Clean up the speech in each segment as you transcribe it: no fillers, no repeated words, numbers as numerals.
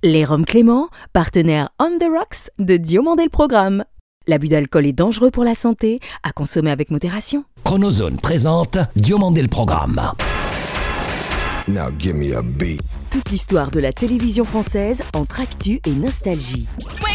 Les Roms Clément, partenaire On the Rocks de Diomandé le Programme. L'abus d'alcool est dangereux pour la santé, à consommer avec modération. Chronozone présente Diomandé le Programme. Now give me a beat. Toute l'histoire de la télévision française entre actu et nostalgie.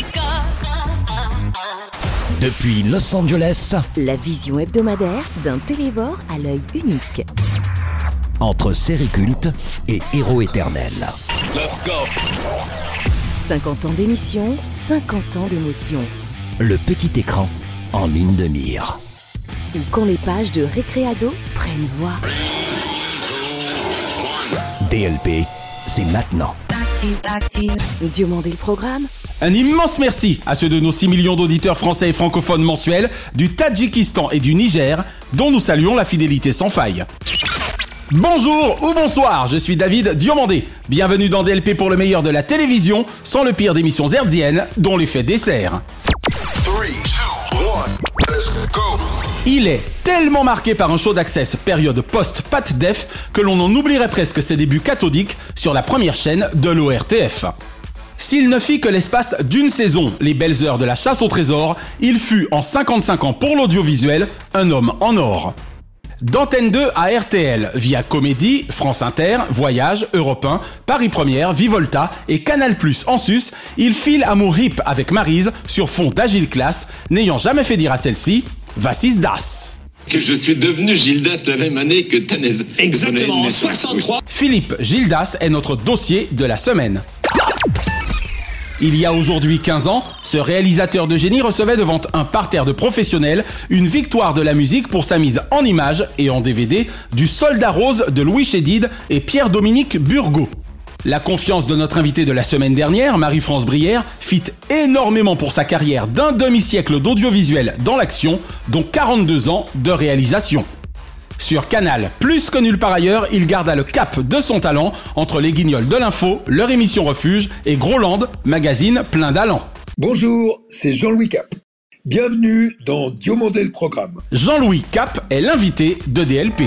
Depuis Los Angeles, La vision hebdomadaire d'un télévore à l'œil unique. entre séries cultes et héros éternels. Let's go. 50 ans d'émission, 50 ans d'émotion. Le petit écran en ligne de mire. Ou quand les pages de Récréado prennent voix. DLP, c'est maintenant. Diomandé le Programme. Un immense merci à ceux de nos 6 millions d'auditeurs français et francophones mensuels du Tadjikistan et du Niger, dont nous saluons la fidélité sans faille. Bonjour ou bonsoir, je suis David Diomandé. Bienvenue dans DLP pour le meilleur de la télévision, sans le pire d'émissions hertziennes, dont l'effet dessert. 3, 2, 1, let's go. Il est tellement marqué par un show d'access période post-Pat Def que l'on en oublierait presque ses débuts cathodiques sur la première chaîne de l'ORTF. S'il ne fit que l'espace d'une saison, les belles heures de la chasse au trésor, il fut en 55 ans pour l'audiovisuel un homme en or. D'Antenne 2 à RTL, via Comédie, France Inter, Voyage, Europe 1, Paris Première, Vivolta et Canal+ en sus, il file amour hip avec Maryse sur fond d'Agile Classe, n'ayant jamais fait dire à celle-ci « Vassis das ». Que je suis devenu Gildas la même année que Tanez. Exactement, en 63. Philippe Gildas est notre dossier de la semaine. Il y a aujourd'hui 15 ans, ce réalisateur de génie recevait devant un parterre de professionnels une victoire de la musique pour sa mise en images et en DVD du Soldat Rose de Louis Chédid et Pierre-Dominique Burgot. La confiance de notre invité de la semaine dernière, Marie-France Brière, fit énormément pour sa carrière d'un demi-siècle d'audiovisuel dans l'action, dont 42 ans de réalisation. Sur Canal, plus que nulle part ailleurs, il garda le cap de son talent entre les guignols de l'info, leur émission Refuge et Groland, magazine plein d'allant. Bonjour, c'est Jean-Louis Cap. Bienvenue dans Diomandé le Programme. Jean-Louis Cap est l'invité de DLP.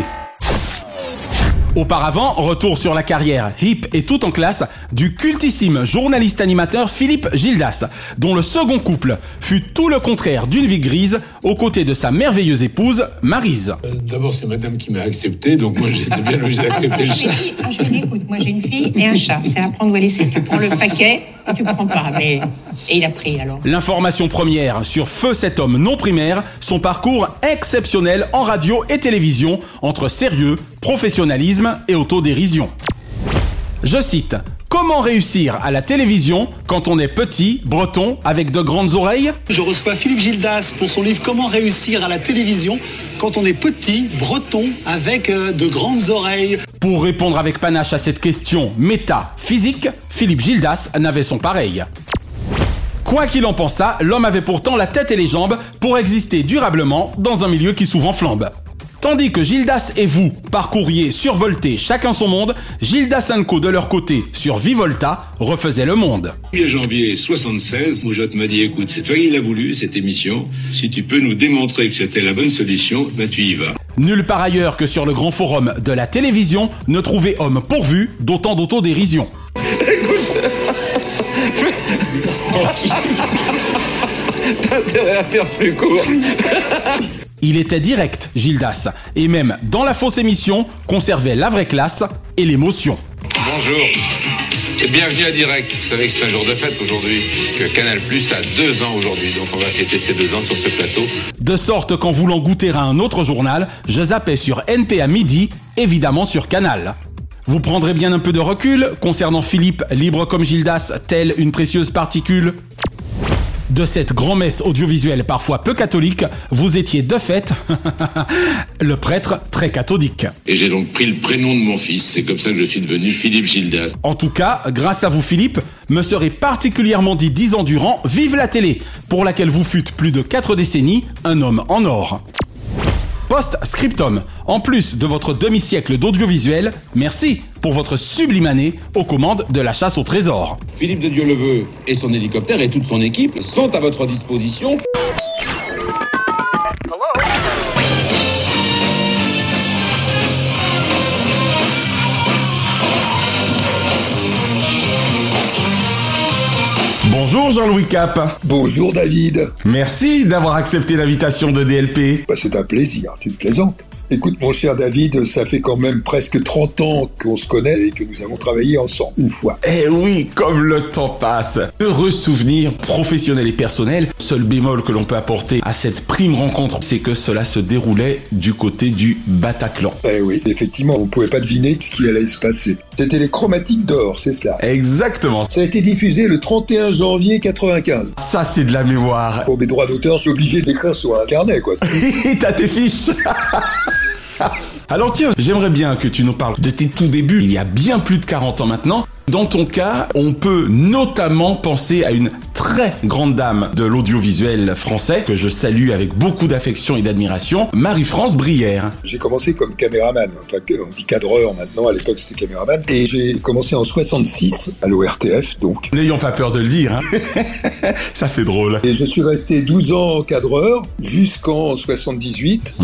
Auparavant, retour sur la carrière hip et tout en classe du cultissime journaliste-animateur Philippe Gildas, dont le second couple fut tout le contraire d'une vie grise aux côtés de sa merveilleuse épouse Maryse. D'abord, c'est madame qui m'a accepté, donc moi j'étais bien obligé d'accepter le chat. Je dis, écoute, moi j'ai une fille et un chat, c'est à prendre ou à laisser. Tu prends le paquet ou tu prends pas. Et il a pris alors. L'information première sur feu cet homme non primaire, son parcours exceptionnel en radio et télévision entre sérieux, professionnalisme et autodérision. Je cite: « Comment réussir à la télévision quand on est petit, breton, avec de grandes oreilles ?» Je reçois Philippe Gildas pour son livre Comment réussir à la télévision quand on est petit, breton, avec de grandes oreilles. Pour répondre avec panache à cette question métaphysique, Philippe Gildas n'avait son pareil. Quoi qu'il en pensât, l'homme avait pourtant la tête et les jambes pour exister durablement dans un milieu qui souvent flambe. Tandis que Gildas et vous parcouriez survolté chacun son monde, Gildas & Co de leur côté sur Vivolta refaisaient le monde. 1er janvier 76, Moujotte m'a dit, écoute, c'est toi qui l'as voulu, cette émission. Si tu peux nous démontrer que c'était la bonne solution, ben tu y vas. Nulle part ailleurs que sur le grand forum de la télévision ne trouvait homme pourvu d'autant d'autodérision. T'as intérêt à faire plus court. Il était direct, Gildas, et même dans la fausse émission, conservait la vraie classe et l'émotion. Bonjour et bienvenue à Direct. Vous savez que c'est un jour de fête aujourd'hui, puisque Canal+ a 2 ans aujourd'hui, donc on va fêter ces 2 ans sur ce plateau. De sorte qu'en voulant goûter à un autre journal, je zappais sur NT à midi, évidemment sur Canal. Vous prendrez bien un peu de recul concernant Philippe, libre comme Gildas, telle une précieuse particule. De cette grand-messe audiovisuelle parfois peu catholique, vous étiez de fait le prêtre très cathodique. Et j'ai donc pris le prénom de mon fils, c'est comme ça que je suis devenu Philippe Gildas. En tout cas, grâce à vous Philippe, me serait particulièrement dit 10 ans durant « Vive la télé !» pour laquelle vous fûtes plus de 4 décennies un homme en or. Post-scriptum, en plus de votre demi-siècle d'audiovisuel, merci pour votre sublime année aux commandes de la chasse au trésor. Philippe de Dieu-le-Veut et son hélicoptère et toute son équipe sont à votre disposition. Bonjour Jean-Louis Cap. Bonjour David. Merci d'avoir accepté l'invitation de DLP. C'est un plaisir, tu me plaisantes. Écoute mon cher David, ça fait quand même presque 30 ans qu'on se connaît et que nous avons travaillé ensemble, une fois. Eh oui, comme le temps passe. Heureux souvenirs professionnels et personnels. Seul bémol que l'on peut apporter à cette prime rencontre, c'est que cela se déroulait du côté du Bataclan. Eh oui, effectivement, on ne pouvait pas deviner ce qui allait se passer. C'était les Chromatiques d'Or, c'est cela. Exactement. Ça a été diffusé le 31 janvier 95. Ça, c'est de la mémoire. Pour mes droits d'auteur, je suis obligé d'écrire sur un carnet, quoi. T'as tes fiches. Alors tiens, j'aimerais bien que tu nous parles de tes tout débuts, il y a bien plus de 40 ans maintenant. Dans ton cas, on peut notamment penser à une très grande dame de l'audiovisuel français, que je salue avec beaucoup d'affection et d'admiration, Marie-France Brière. J'ai commencé comme caméraman, enfin on dit cadreur maintenant, à l'époque c'était caméraman, et j'ai commencé en 66 à l'ORTF donc. N'ayons pas peur de le dire, hein. Ça fait drôle. Et je suis resté 12 ans cadreur jusqu'en 78,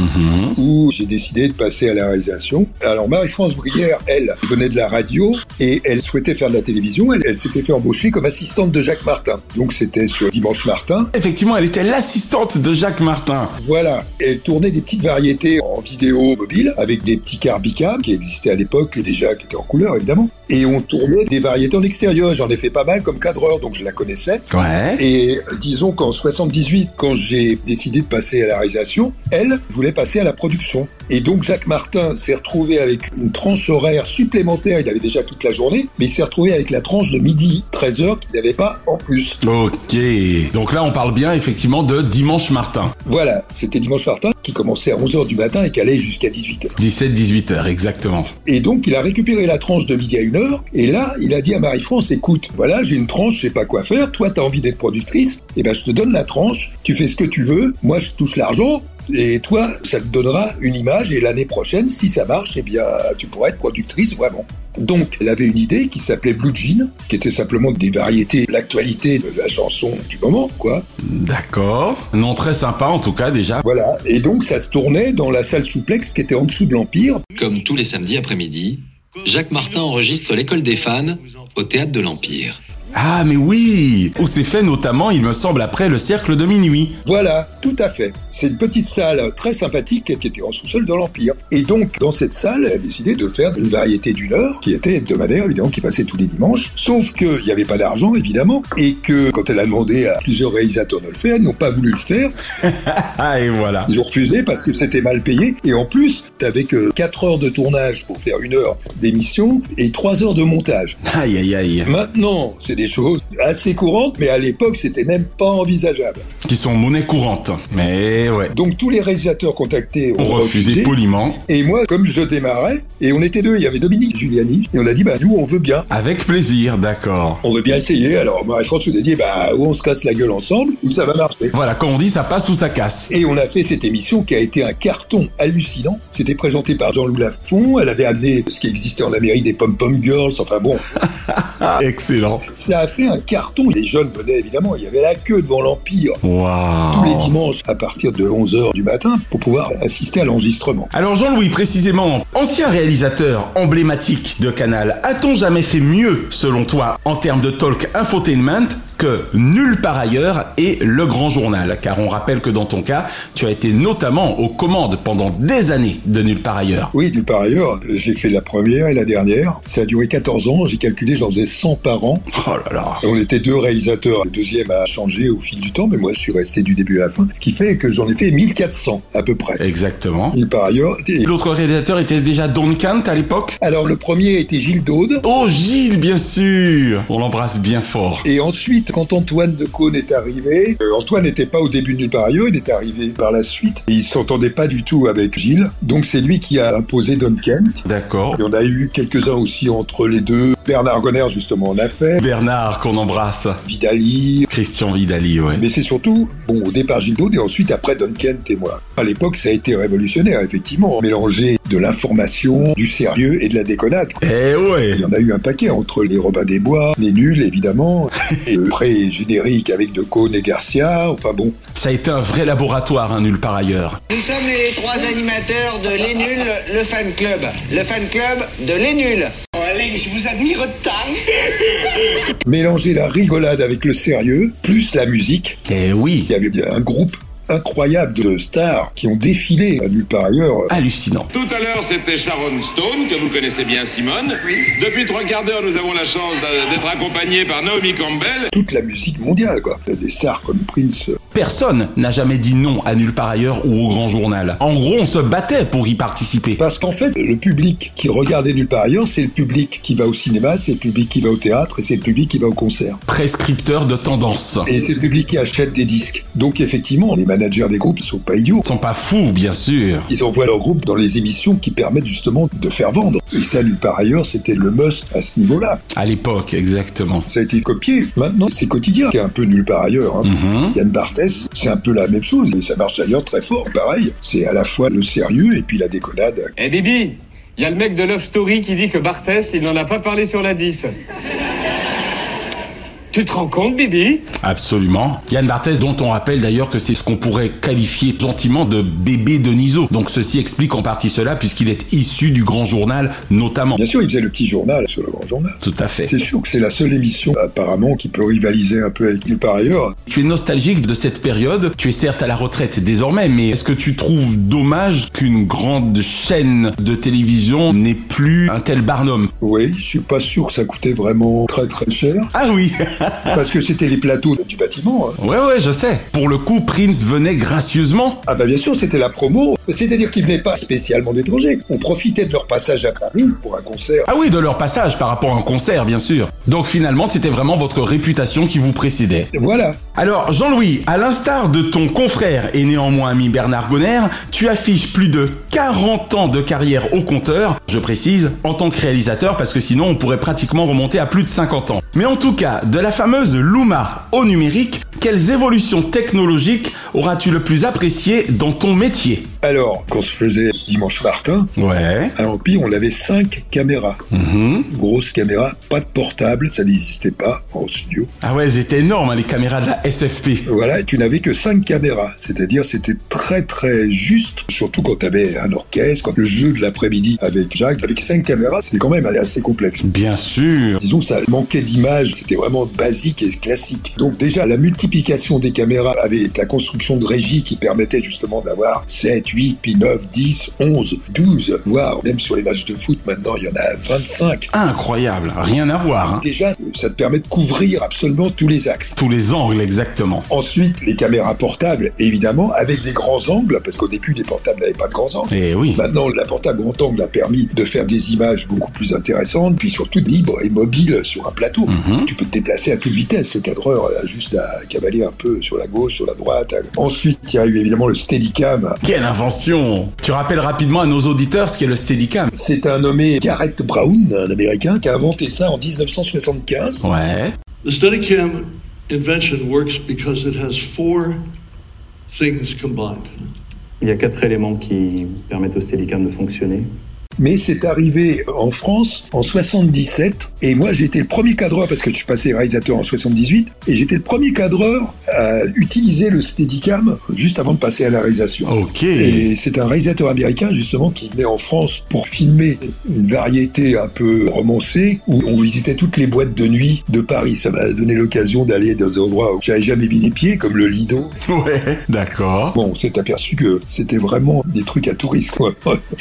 où j'ai décidé de passer à la réalisation. Alors Marie-France Brière, elle venait de la radio, et elle souhaitait faire de la télévision, elle s'était fait embaucher comme assistante de Jacques Martin. Donc c'était sur Dimanche Martin. Effectivement, elle était l'assistante de Jacques Martin. Voilà, elle tournait des petites variétés en vidéo mobile, avec des petits carbicam qui existaient à l'époque déjà, qui étaient en couleur évidemment. Et on tournait des variétés en extérieur, j'en ai fait pas mal comme cadreur, donc je la connaissais. Ouais. Et disons qu'en 78, quand j'ai décidé de passer à la réalisation, elle voulait passer à la production. Et donc Jacques Martin s'est retrouvé avec une tranche horaire supplémentaire, il avait déjà toute la journée, mais il s'est retrouvé avec la tranche de midi 13h qu'il n'avait pas en plus. Ok, donc là on parle bien effectivement de Dimanche Martin. Voilà, c'était Dimanche Martin qui commençait à 11h du matin et qui allait jusqu'à 18h. 17-18h, exactement. Et donc il a récupéré la tranche de midi à 1h, et là il a dit à Marie-France, écoute, voilà j'ai une tranche, je sais pas quoi faire, toi t'as envie d'être productrice, et ben je te donne la tranche, tu fais ce que tu veux, moi je touche l'argent, et toi, ça te donnera une image, et l'année prochaine, si ça marche, eh bien, tu pourras être productrice vraiment. Donc, elle avait une idée qui s'appelait Blue Jean, qui était simplement des variétés, l'actualité de la chanson du moment, quoi. D'accord. Non, très sympa en tout cas déjà. Voilà. Et donc, ça se tournait dans la salle Souplex qui était en dessous de l'Empire. Comme tous les samedis après-midi, Jacques Martin enregistre l'École des fans au Théâtre de l'Empire. Ah mais oui, où c'est fait notamment, il me semble, après le cercle de minuit. Voilà, tout à fait. C'est une petite salle très sympathique qui était en sous-sol de l'Empire. Et donc, dans cette salle, elle a décidé de faire une variété d'une heure, qui était hebdomadaire, évidemment, qui passait tous les dimanches. Sauf qu'il n'y avait pas d'argent, évidemment, et que quand elle a demandé à plusieurs réalisateurs de le faire, ils n'ont pas voulu le faire. Et voilà. Ils ont refusé parce que c'était mal payé. Et en plus, t'avais que 4 heures de tournage pour faire 1 heure d'émission et 3 heures de montage. Aïe, aïe, aïe. Maintenant, c'est des choses assez courantes, mais à l'époque, c'était même pas envisageable. Qui sont monnaie courante, mais ouais. Donc tous les réalisateurs contactés ont refusé poliment. Et moi, comme je démarrais, et on était deux, il y avait Dominique Giuliani, et on a dit, nous, on veut bien. Avec plaisir, d'accord. On veut bien essayer, alors Marie-France nous a dit, ou on se casse la gueule ensemble, ou ça va marcher. Voilà, quand on dit, ça passe ou ça casse. Et on a fait cette émission qui a été un carton hallucinant. C'était présenté par Jean-Loup Lafont, elle avait amené ce qui existait en Amérique, des pom-pom girls, enfin bon. Excellent. Ça a fait un carton. Les jeunes venaient évidemment, il y avait la queue devant l'Empire. Wow. Tous les dimanches à partir de 11h du matin pour pouvoir assister à l'enregistrement. Alors Jean-Louis, précisément, ancien réalisateur emblématique de Canal, a-t-on jamais fait mieux, selon toi, en termes de talk infotainment que Nulle part ailleurs et Le Grand Journal, car on rappelle que dans ton cas, tu as été notamment aux commandes pendant des années de Nulle part ailleurs. Oui, Nulle part ailleurs, j'ai fait la première et la dernière. Ça a duré 14 ans, j'ai calculé, j'en faisais 100 par an. Oh là là. Et on était deux réalisateurs. Le deuxième a changé au fil du temps, mais moi je suis resté du début à la fin. Ce qui fait que j'en ai fait 1400 à peu près. Exactement. Nulle part ailleurs. L'autre réalisateur était déjà Don Kant à l'époque ? Alors le premier était Gilles Daude. Oh Gilles, bien sûr. On l'embrasse bien fort. Et ensuite, quand Antoine Decaune est arrivé, Antoine n'était pas au début de Nulle part ailleurs, il est arrivé par la suite. Et il s'entendait pas du tout avec Gilles. Donc c'est lui qui a imposé Don Kent. D'accord. Et on a eu quelques-uns aussi entre les deux. Bernard Gonner, justement, en a fait. Bernard, qu'on embrasse. Vidali. Christian Vidali, ouais. Mais c'est surtout, au départ Gilles Daude et ensuite après Don Kent et moi. À l'époque, ça a été révolutionnaire, effectivement. Mélanger de l'information, du sérieux et de la déconnade. Eh ouais. Il y en a eu un paquet entre les Robin des Bois, les Nuls, évidemment, et le pré-générique avec Decaune et Garcia, enfin bon. Ça a été un vrai laboratoire, Nulle part ailleurs. Nous sommes les trois animateurs de Les Nuls, le fan club. Le fan club de Les Nuls. Allez, je vous admire tant. Mélanger la rigolade avec le sérieux, plus la musique. Eh oui. Il y avait un groupe incroyable de stars qui ont défilé à nulle part ailleurs. Hallucinant. Tout à l'heure, c'était Sharon Stone, que vous connaissez bien, Simone. Oui. Depuis 3 quarts d'heure, nous avons la chance d'être accompagnés par Naomi Campbell. Toute la musique mondiale, quoi. Des stars comme Prince. Personne n'a jamais dit non à Nulle part ailleurs ou au Grand Journal. En gros, on se battait pour y participer. Parce qu'en fait, le public qui regardait Nulle part ailleurs, c'est le public qui va au cinéma, c'est le public qui va au théâtre et c'est le public qui va au concert. Prescripteur de tendance. Et c'est le public qui achète des disques. Donc effectivement, les managers des groupes, ils sont pas idiots. Ils sont pas fous, bien sûr. Ils envoient leur groupe dans les émissions qui permettent justement de faire vendre. Et ça, Nulle part ailleurs, c'était le must à ce niveau-là. À l'époque, exactement. Ça a été copié. Maintenant, c'est quotidien. C'est un peu Nulle part ailleurs. Hein. Yann Barthès, c'est un peu la même chose. Et ça marche d'ailleurs très fort, pareil. C'est à la fois le sérieux et puis la déconnade. Eh Bibi, il y a le mec de Love Story qui dit que Barthès, il n'en a pas parlé sur la 10. Tu te rends compte, Bibi ? Absolument. Yann Barthès, dont on rappelle d'ailleurs que c'est ce qu'on pourrait qualifier gentiment de bébé Denisot. Donc ceci explique en partie cela, puisqu'il est issu du Grand Journal, notamment. Bien sûr, il faisait le petit journal sur le Grand Journal. Tout à fait. C'est sûr que c'est la seule émission, apparemment, qui peut rivaliser un peu avec Nulle part ailleurs. Tu es nostalgique de cette période. Tu es certes à la retraite désormais, mais est-ce que tu trouves dommage qu'une grande chaîne de télévision n'ait plus un tel Barnum ? Oui, je suis pas sûr que ça coûtait vraiment très très cher. Ah oui. Parce que c'était les plateaux du bâtiment. Hein. Ouais, je sais. Pour le coup, Prince venait gracieusement. Ah bah bien sûr, c'était la promo. C'est-à-dire qu'ils venaient pas spécialement d'étrangers. On profitait de leur passage à Paris pour un concert. Ah oui, de leur passage par rapport à un concert, bien sûr. Donc finalement, c'était vraiment votre réputation qui vous précédait. Voilà. Alors, Jean-Louis, à l'instar de ton confrère et néanmoins ami Bernard Gonner, tu affiches plus de 40 ans de carrière au compteur, je précise, en tant que réalisateur, parce que sinon on pourrait pratiquement remonter à plus de 50 ans. Mais en tout cas, de la fameuse Luma au numérique, quelles évolutions technologiques auras-tu le plus appréciées dans ton métier ? Alors, quand je faisais Dimanche Martin, à Empire, on avait 5 caméras. Grosse caméra, pas de portable, ça n'existait pas en studio. Ah ouais, c'était énorme, hein, les caméras de la SFP. Voilà, et tu n'avais que 5 caméras, c'est-à-dire c'était très très juste, surtout quand tu avais un orchestre, quand le jeu de l'après-midi avec Jacques, avec 5 caméras, c'était quand même assez complexe. Bien sûr. Disons, ça manquait d'image, c'était vraiment basique et classique. Donc déjà, la multiplication des caméras avec la construction de régie qui permettait justement d'avoir 7, 8, puis 9, 10, 11, 12, voire même sur les matchs de foot, maintenant, il y en a 25. Incroyable, rien à voir. Hein. Déjà, ça te permet de couvrir absolument tous les axes. Tous les angles, exactement. Ensuite, les caméras portables, évidemment, avec des grands angles, parce qu'au début, les portables n'avaient pas de grands angles. Et oui. Maintenant, la portable grand angle a permis de faire des images beaucoup plus intéressantes, puis surtout libre et mobile sur un plateau. Tu peux te déplacer à toute vitesse. Le cadreur a juste à cavaler un peu sur la gauche, sur la droite. Ensuite, il y a eu évidemment le Steadicam. Quelle invention! Tu rappelles rapidement à nos auditeurs ce qu'est le Steadicam. C'est un nommé Garrett Brown, un Américain, qui a inventé ça en 1975. Ouais. The Steadicam invention works because it has 4 things combined. Il y a 4 éléments qui permettent au Steadicam de fonctionner. Mais c'est arrivé en France en 77, et moi j'étais le premier cadreur, parce que je suis passé réalisateur en 78, et j'étais le premier cadreur à utiliser le Steadicam juste avant de passer à la réalisation. Ok. Et c'est un réalisateur américain justement qui venait en France pour filmer une variété un peu romancée, où on visitait toutes les boîtes de nuit de Paris. Ça m'a donné l'occasion d'aller dans des endroits où j'avais jamais mis les pieds, comme le Lido. Ouais, d'accord. Bon, on s'est aperçu que c'était vraiment des trucs à touristes, quoi.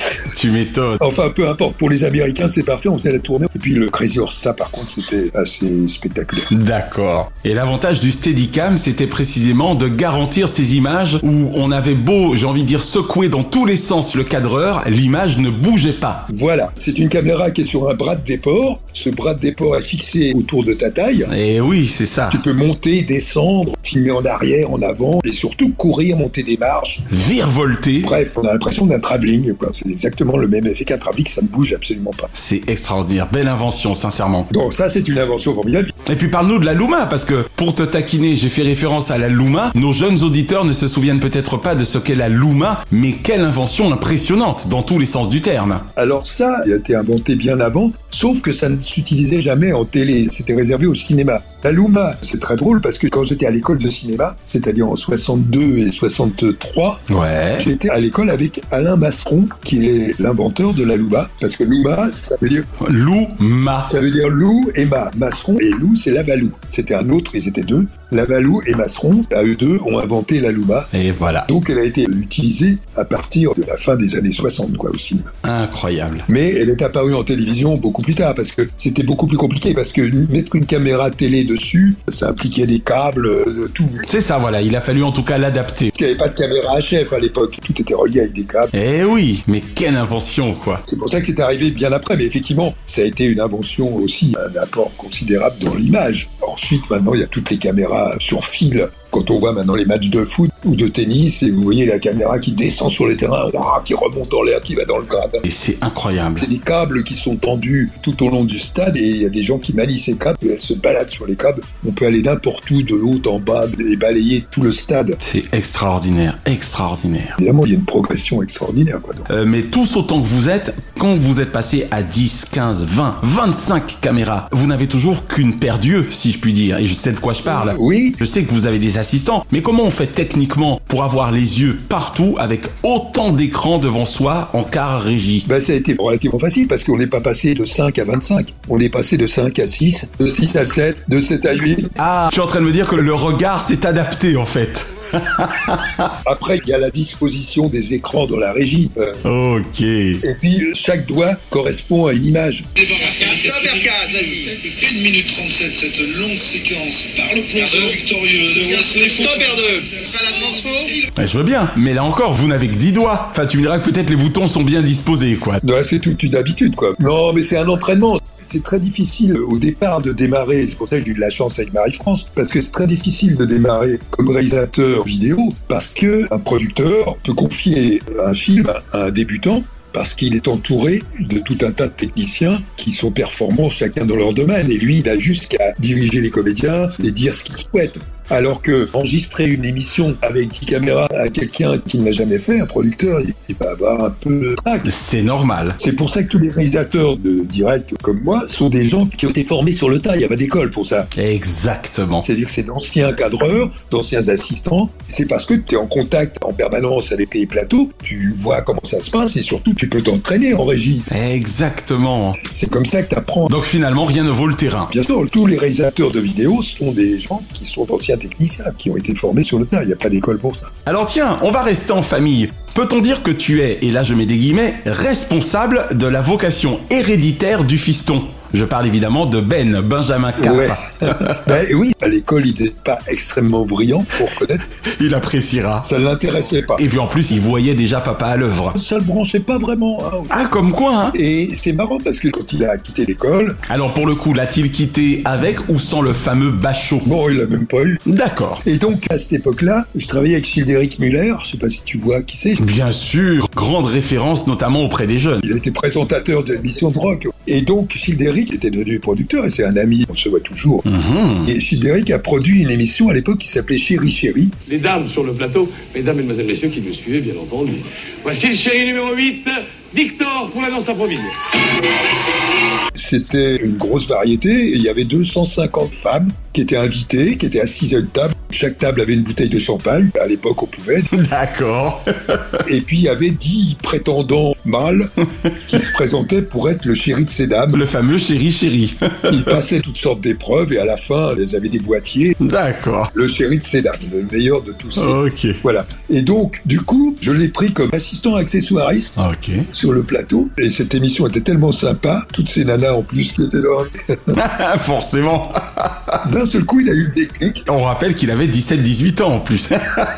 Tu m'étonnes. Enfin, peu importe. Pour les Américains, c'est parfait. On faisait la tournée. Et puis, le Crazy Horse, ça, par contre, c'était assez spectaculaire. D'accord. Et l'avantage du Steadicam, c'était précisément de garantir ces images où on avait beau, j'ai envie de dire, secouer dans tous les sens le cadreur, l'image ne bougeait pas. Voilà. C'est une caméra qui est sur un bras de déport. Ce bras de déport est fixé autour de ta taille. Et oui, c'est ça. Tu peux monter, descendre, filmer en arrière, en avant, et surtout courir, monter des marches. Virevolter. Bref, on a l'impression d'un travelling, quoi. C'est exactement le même effet qu'un travelling, ça ne bouge absolument pas. C'est extraordinaire. Belle invention, sincèrement. Donc ça, c'est une invention formidable. Et puis parle-nous de la Luma, parce que pour te taquiner, j'ai fait référence à la Luma. Nos jeunes auditeurs ne se souviennent peut-être pas de ce qu'est la Luma, mais quelle invention impressionnante dans tous les sens du terme. Alors ça, il a été inventé bien avant. Sauf que ça ne s'utilisait jamais en télé, c'était réservé au cinéma. La Luma, c'est très drôle parce que quand j'étais à l'école de cinéma, c'est-à-dire en 62 et 63, j'étais à l'école avec Alain Masseron, qui est l'inventeur de la Luma, parce que Luma, ça veut dire... Luma. Ça veut dire loup et mât. Masseron et loup, c'est Lavalou. C'était un autre, ils étaient deux. Lavalou et Masseron, à eux deux, ont inventé la Luma. Et voilà. Donc elle a été utilisée à partir de la fin des années 60, quoi, au cinéma. Incroyable. Mais elle est apparue en télévision beaucoup plus tard, parce que c'était beaucoup plus compliqué, parce que mettre une caméra télé dessus, ça impliquait des câbles, tout. C'est ça, voilà, il a fallu en tout cas l'adapter. Parce qu'il n'y avait pas de caméra HF à l'époque, tout était relié avec des câbles. Eh oui, mais quelle invention, quoi. C'est pour ça que c'est arrivé bien après, mais effectivement, ça a été une invention aussi, un apport considérable dans l'image. Ensuite, maintenant, il y a toutes les caméras sur fil. Quand on voit maintenant les matchs de foot ou de tennis, et vous voyez la caméra qui descend sur les terrains, qui remonte en l'air, qui va dans le gradin. Et c'est incroyable. C'est des câbles qui sont tendus tout au long du stade, et il y a des gens qui manient ces câbles, elles se baladent sur les câbles. On peut aller n'importe où, de haut en bas, et balayer tout le stade. C'est extraordinaire, extraordinaire. Évidemment, il y a une progression extraordinaire, quoi. Mais tous autant que vous êtes, quand vous êtes passé à 10, 15, 20, 25 caméras, vous n'avez toujours qu'une paire d'yeux, si je puis dire, et je sais de quoi je parle. Oui. Je sais que vous avez des assistants, mais comment on fait techniquement pour avoir les yeux partout avec autant d'écrans devant soi en quart régie? Ça a été relativement facile parce qu'on n'est pas passé de 5 à 25. On est passé de 5 à 6, de 6 à 7, de 7 à 8. Ah, je suis en train de me dire que le regard s'est adapté en fait. Après, il y a la disposition des écrans dans la régie. Ok. Et puis, chaque doigt correspond à une image. Top R4, vas-y. 1 minute 37, cette longue séquence par le plongeur victorieux de Wesley. Stop R2. Pas la transfo. Je veux bien, mais là encore, vous n'avez que 10 doigts. Enfin, tu me diras que peut-être les boutons sont bien disposés, quoi. C'est toute une habitude, quoi. Non, mais c'est un entraînement. C'est très difficile au départ de démarrer, c'est pour ça que j'ai eu de la chance avec Marie-France, parce que c'est très difficile de démarrer comme réalisateur vidéo, parce que un producteur peut confier un film à un débutant, parce qu'il est entouré de tout un tas de techniciens qui sont performants chacun dans leur domaine, et lui, il a juste qu'à diriger les comédiens et dire ce qu'il souhaite. Alors que enregistrer une émission avec 10 caméras à quelqu'un qui ne l'a jamais fait, un producteur, il va avoir un peu de trac. C'est normal. C'est pour ça que tous les réalisateurs de direct comme moi sont des gens qui ont été formés sur le tas. Il n'y a pas d'école pour ça. Exactement. C'est-à-dire que c'est d'anciens cadreurs, d'anciens assistants. C'est parce que tu es en contact en permanence avec les plateaux, tu vois comment ça se passe et surtout tu peux t'entraîner en régie. Exactement. C'est comme ça que tu apprends. Donc finalement, rien ne vaut le terrain. Bien sûr, tous les réalisateurs de vidéos sont des gens qui sont anciens techniciens, qui ont été formés sur le tas. Il n'y a pas d'école pour ça. Alors tiens, on va rester en famille. Peut-on dire que tu es, et là je mets des guillemets, responsable de la vocation héréditaire du fiston? Je parle évidemment de Benjamin Cap. Ouais. Oui, à l'école, il n'était pas extrêmement brillant, pour reconnaître. Il appréciera. Ça ne l'intéressait pas. Et puis en plus, il voyait déjà papa à l'œuvre. Ça ne le branchait pas vraiment. Hein. Ah, comme quoi, hein. Et c'est marrant parce que quand il a quitté l'école... Alors pour le coup, l'a-t-il quitté avec ou sans le fameux bachot? Bon, il l'a même pas eu. D'accord. Et donc, à cette époque-là, je travaillais avec Childéric Muller. Je sais pas si tu vois qui c'est. Bien sûr. Grande référence, notamment auprès des jeunes. Il était présentateur d'émissions de rock. Et donc, Childéric était devenu producteur, et c'est un ami, on se voit toujours. Et Childéric a produit une émission à l'époque qui s'appelait Chéri Chéri. Les dames sur le plateau, mesdames, mesdemoiselles, messieurs qui nous suivez, bien entendu. Voici le chéri numéro 8, Victor, pour la danse improvisée. C'était une grosse variété, et il y avait 250 femmes qui étaient invitées, qui étaient assises à une table. Chaque table avait une bouteille de champagne. À l'époque, on pouvait. D'accord. Et puis, il y avait 10 prétendants mâles qui se présentaient pour être le chéri de ces dames. Le fameux chéri chéri. Ils passaient toutes sortes d'épreuves et à la fin, ils avaient des boîtiers. D'accord. Le chéri de ces dames, le meilleur de tous. Ok. Voilà. Et donc, du coup, je l'ai pris comme assistant accessoiriste sur le plateau. Et cette émission était tellement sympa. Toutes ces nanas, en plus, qui étaient là. Forcément. D'un seul coup, il a eu le déclic. On rappelle qu'il avait 17-18 ans en plus.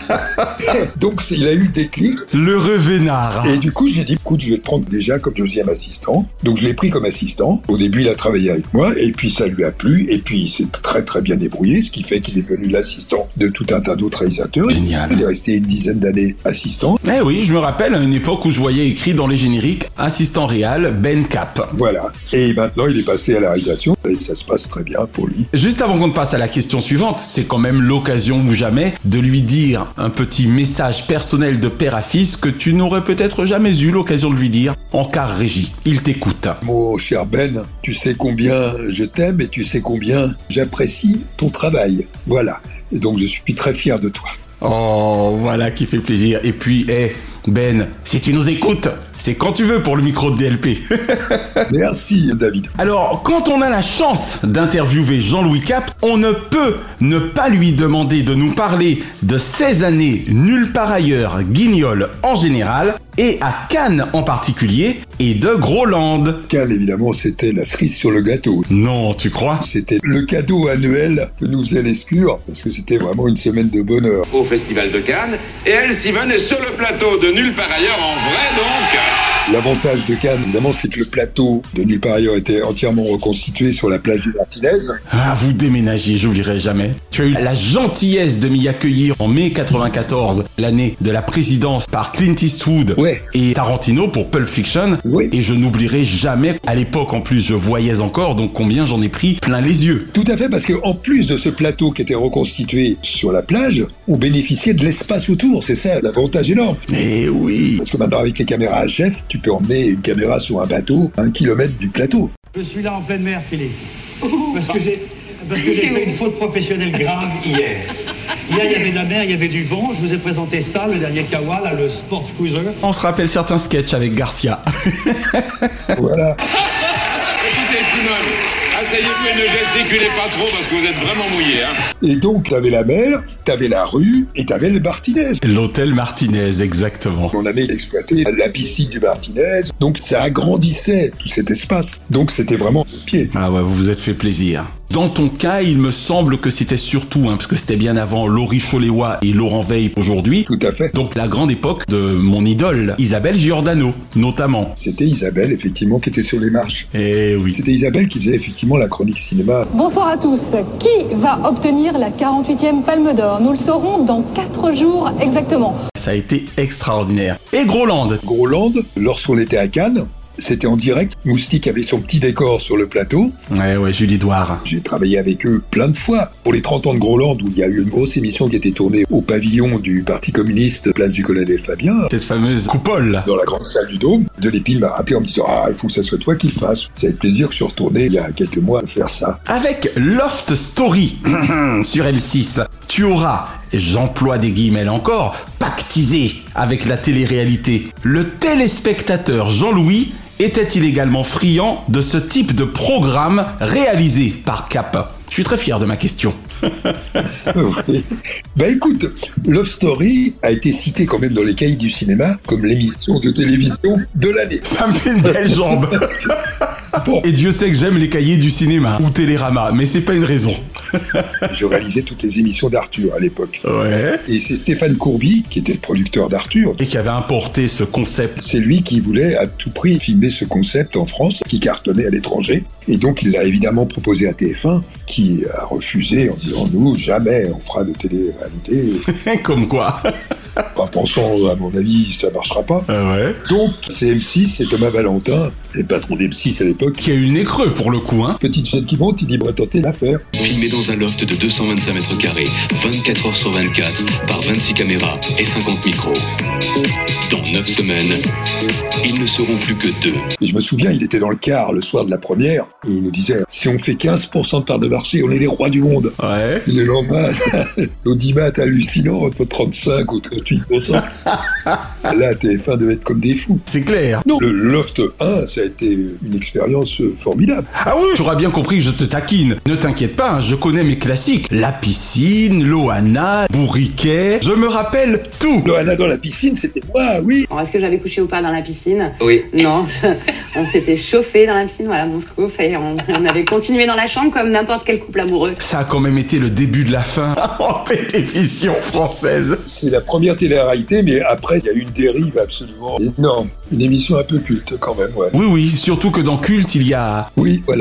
Donc il a eu le déclic. L'heureux vénard. Et du coup j'ai dit, écoute, je vais te prendre déjà comme deuxième assistant. Donc je l'ai pris comme assistant. Au début il a travaillé avec moi et puis ça lui a plu et puis il s'est très très bien débrouillé, ce qui fait qu'il est devenu l'assistant de tout un tas d'autres réalisateurs. Génial. Il est resté une dizaine d'années assistant. Eh oui, je me rappelle à une époque où je voyais écrit dans les génériques assistant réal Ben Cap. Voilà. Et maintenant, il est passé à la réalisation et ça se passe très bien pour lui. Juste avant qu'on passe à la question suivante, c'est quand même l'occasion ou jamais de lui dire un petit message personnel de père à fils que tu n'aurais peut-être jamais eu l'occasion de lui dire en car régie. Il t'écoute. Mon cher Ben, tu sais combien je t'aime et tu sais combien j'apprécie ton travail. Voilà. Et donc, je suis très fier de toi. Oh, voilà qui fait plaisir. Et puis, Ben, si tu nous écoutes, c'est quand tu veux pour le micro de DLP. Merci, David. Alors, quand on a la chance d'interviewer Jean-Louis Cap, on ne peut ne pas lui demander de nous parler de ces années nulle part ailleurs, Guignol en général, et à Cannes en particulier, et de Groland. Cannes, évidemment, c'était la cerise sur le gâteau. Non, tu crois ? C'était le cadeau annuel que nous faisait l'Escure, parce que c'était vraiment une semaine de bonheur. Au Festival de Cannes, et elle s'y est sur le plateau de Nulle part ailleurs en vrai donc. L'avantage de Cannes, évidemment, c'est que le plateau de Nulle part ailleurs était entièrement reconstitué sur la plage du Martinez. Ah, vous déménagiez, j'oublierai jamais. Tu as eu la gentillesse de m'y accueillir en mai 94, l'année de la présidence par Clint Eastwood et Tarantino pour Pulp Fiction. Et je n'oublierai jamais, à l'époque en plus je voyais encore, donc combien j'en ai pris plein les yeux. Tout à fait, parce que en plus de ce plateau qui était reconstitué sur la plage, on bénéficiait de l'espace autour, c'est ça l'avantage énorme. Mais oui. Parce que maintenant avec les caméras HF, tu peux emmener une caméra sur un bateau à 1 kilomètre du plateau. Je suis là en pleine mer, Philippe. Parce que j'ai fait une faute professionnelle grave hier. Hier, il y avait de la mer, il y avait du vent. Je vous ai présenté ça, le dernier Kawa, là, le Sport Cruiser. On se rappelle certains sketchs avec Garcia. Voilà. Écoutez, Simone, asseyez-vous et ne gesticulez pas trop parce que vous êtes vraiment mouillé. Et donc, t'avais la mer, t'avais la rue et t'avais le Martinez. L'hôtel Martinez, exactement. On avait exploité la piscine du Martinez, donc ça agrandissait tout cet espace. Donc c'était vraiment le pied. Ah ouais, vous vous êtes fait plaisir. Dans ton cas, il me semble que c'était surtout, parce que c'était bien avant Laurie Choléwa et Laurent Veil aujourd'hui. Tout à fait. Donc la grande époque de mon idole, Isabelle Giordano, notamment. C'était Isabelle, effectivement, qui était sur les marches. Eh oui. C'était Isabelle qui faisait effectivement la chronique cinéma. Bonsoir à tous. Qui va obtenir la 48e Palme d'Or ? Nous le saurons dans 4 jours exactement. Ça a été extraordinaire. Et Groland. Groland, lorsqu'on était à Cannes, c'était en direct. Moustique avait son petit décor sur le plateau. Ouais, Julie Douard. J'ai travaillé avec eux plein de fois. Pour les 30 ans de Groland, où il y a eu une grosse émission qui était tournée au pavillon du Parti communiste, place du Colonel Fabien. Cette fameuse coupole. Dans la grande salle du Dôme. Delépine m'a rappelé en me disant « Ah, il faut que ça soit toi qui le fasses. » C'est avec plaisir que je suis retourné il y a quelques mois à faire ça. Avec Loft Story sur M6, tu auras, j'emploie des guillemets encore, pactisé avec la télé-réalité. Le téléspectateur Jean-Louis était-il également friand de ce type de programme réalisé par Cap ? Je suis très fier de ma question. Oui. Écoute, Love Story a été cité quand même dans les cahiers du cinéma comme l'émission de télévision de l'année. Ça me fait une belle jambe. Bon. Et Dieu sait que j'aime les cahiers du cinéma ou Télérama, mais c'est pas une raison. Je réalisais toutes les émissions d'Arthur à l'époque. Ouais. Et c'est Stéphane Courby qui était le producteur d'Arthur. Et qui avait importé ce concept. C'est lui qui voulait à tout prix filmer ce concept en France, qui cartonnait à l'étranger. Et donc il l'a évidemment proposé à TF1, qui a refusé en disant « Nous, jamais on fera de télé-réalité. » Comme quoi. En pensant, à mon avis, ça marchera pas. Ah ouais. Donc, c'est M6, c'est Thomas Valentin, le patron d'M6 à l'époque. Qui a eu le nez creux pour le coup, hein. Petite chaîne qui monte, il dit, va tenter l'affaire. Filmé dans un loft de 225 mètres carrés, 24 heures sur 24, par 26 caméras et 50 micros. Dans 9 semaines, ils ne seront plus que 2. Et je me souviens, il était dans le car le soir de la première, et il nous disait, si on fait 15% de part de marché, on est les rois du monde. Ouais. Et le lendemain, l'audimat hallucinant, entre 35 ou 38%. Là, TF1 devait être comme des fous. C'est clair. Non, le Loft 1, ça a été une expérience formidable. Ah oui, j'aurais bien compris que je te taquine. Ne t'inquiète pas, hein, je connais mes classiques. La piscine, Loana, Bourriquet, je me rappelle tout. Loana dans la piscine, c'était moi, oui. Alors, est-ce que j'avais couché ou pas dans la piscine ? Oui. Non, on s'était chauffé dans la piscine, voilà, mon scouf, et on avait continué dans la chambre comme n'importe quel couple amoureux. Ça a quand même été le début de la fin en télévision française. C'est la première télé-réalité, mais après, il y a eu une dérive absolument énorme. Une émission un peu culte, quand même, ouais. Oui, surtout que dans Culte, il y a... Oui, voilà.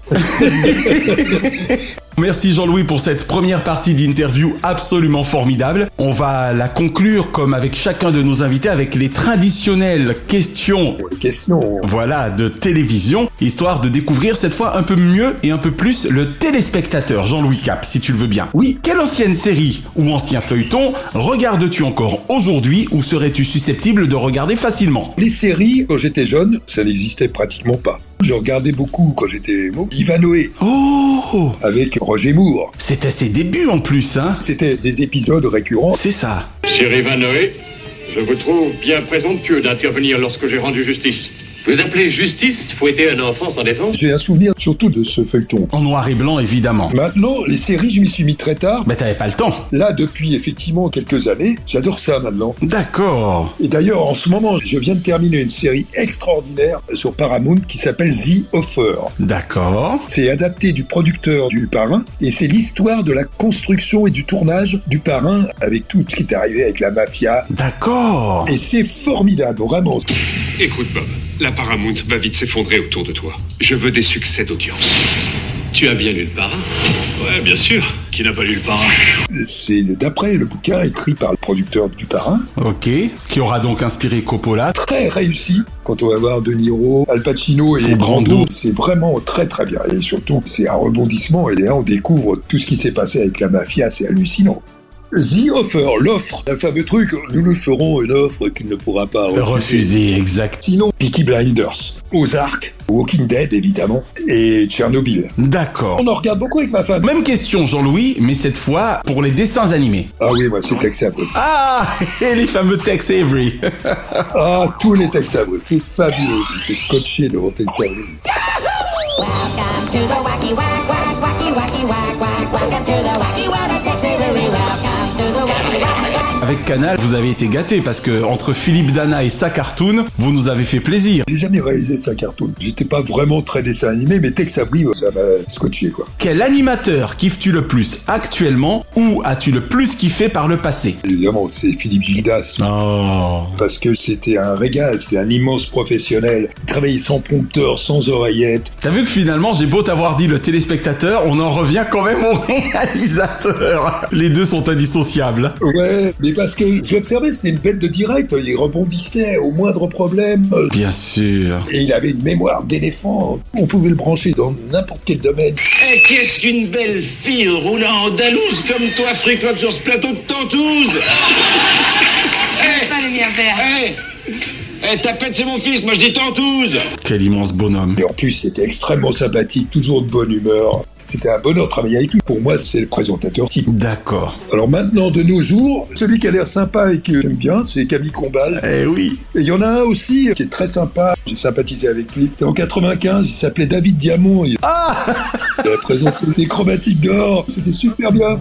Merci Jean-Louis pour cette première partie d'interview absolument formidable. On va la conclure comme avec chacun de nos invités avec les traditionnelles questions. Voilà, de télévision, histoire de découvrir cette fois un peu mieux et un peu plus le téléspectateur. Jean-Louis Cap, si tu le veux bien. Oui. Quelle ancienne série ou ancien feuilleton regardes-tu encore aujourd'hui ou serais-tu susceptible de regarder facilement? Les séries, quand j'étais jeune, ça n'existait pratiquement pas. Je regardais beaucoup quand j'étais Ivanhoé. Oh! Avec Roger Moore. C'était ses débuts en plus, hein? C'était des épisodes récurrents. C'est ça. Monsieur Ivanhoé, je vous trouve bien présomptueux d'intervenir lorsque j'ai rendu justice. Vous appelez justice fouetter un enfant sans défense? J'ai un souvenir surtout de ce feuilleton. En noir et blanc, évidemment. Maintenant, les séries, je m'y suis mis très tard. Mais t'avais pas le temps. Là, depuis effectivement quelques années, j'adore ça maintenant. D'accord. Et d'ailleurs, en ce moment, je viens de terminer une série extraordinaire sur Paramount qui s'appelle The Offer. D'accord. C'est adapté du producteur du Parrain et c'est l'histoire de la construction et du tournage du Parrain avec tout ce qui est arrivé avec la mafia. D'accord. Et c'est formidable, vraiment. Écoute Bob, la Paramount va vite s'effondrer autour de toi. Je veux des succès d'audience. Tu as bien lu le Parrain? Ouais, bien sûr. Qui n'a pas lu le Parrain? C'est d'après le bouquin écrit par le producteur du Parrain. Ok. Qui aura donc inspiré Coppola. Très réussi. Quand on va voir De Niro, Al Pacino et Brando, c'est vraiment très très bien. Et surtout, c'est un rebondissement. Et là, on découvre tout ce qui s'est passé avec la mafia. C'est hallucinant. The Offer, l'offre, un fameux truc, nous lui ferons une offre qu'il ne pourra pas refuser. Exact. Sinon, Peaky Blinders, Ozark, Walking Dead évidemment, et Tchernobyl. D'accord. On en regarde beaucoup avec ma femme. Même question Jean-Louis, mais cette fois pour les dessins animés. Ah oui, moi c'est Tex Avery. Ah, et les fameux Tex Avery. Ah, tous les Tex Avery, c'est fabuleux. T'es scotché devant Tex Avery. Welcome to the wacky wack wack wacky wacky wack wack. Welcome to the wacky wack Tex Avery. Welcome to the wacky wack wack. Avec Canal, vous avez été gâtés parce que entre Philippe Dana et sa cartoon, vous nous avez fait plaisir. J'ai jamais réalisé sa cartoon. J'étais pas vraiment très dessin animé, mais Tex Avery, ça m'a scotché quoi. Quel animateur kiffes-tu le plus actuellement ou as-tu le plus kiffé par le passé? Évidemment, c'est Philippe Gildas. Oh. Parce que c'était un régal, c'était un immense professionnel. Il travaillait sans prompteur, sans oreillette. T'as vu que finalement, j'ai beau t'avoir dit le téléspectateur, on en revient quand même au réalisateur. Les deux sont indissociables. Ouais, mais parce que j'observais, c'était une bête de direct. Il rebondissait au moindre problème. Bien sûr. Et il avait une mémoire d'éléphant. On pouvait le brancher dans n'importe quel domaine. Eh, qu'est-ce qu'une belle fille roulant en dalouse comme toi fréquente sur ce plateau de Tantouze? Je pas les miens verts. Eh, Tapette, c'est mon fils, moi je dis Tantouze. Quel immense bonhomme. Et en plus, c'était extrêmement sympathique, toujours de bonne humeur. C'était un bonheur de travailler avec lui. Pour moi, c'est le présentateur type. D'accord. Alors maintenant, de nos jours, celui qui a l'air sympa et que j'aime bien, c'est Camille Combal. Eh oui. Et il y en a un aussi qui est très sympa. J'ai sympathisé avec lui. En 95, il s'appelait David Diamant. Il a présenté les chromatiques d'or. C'était super bien.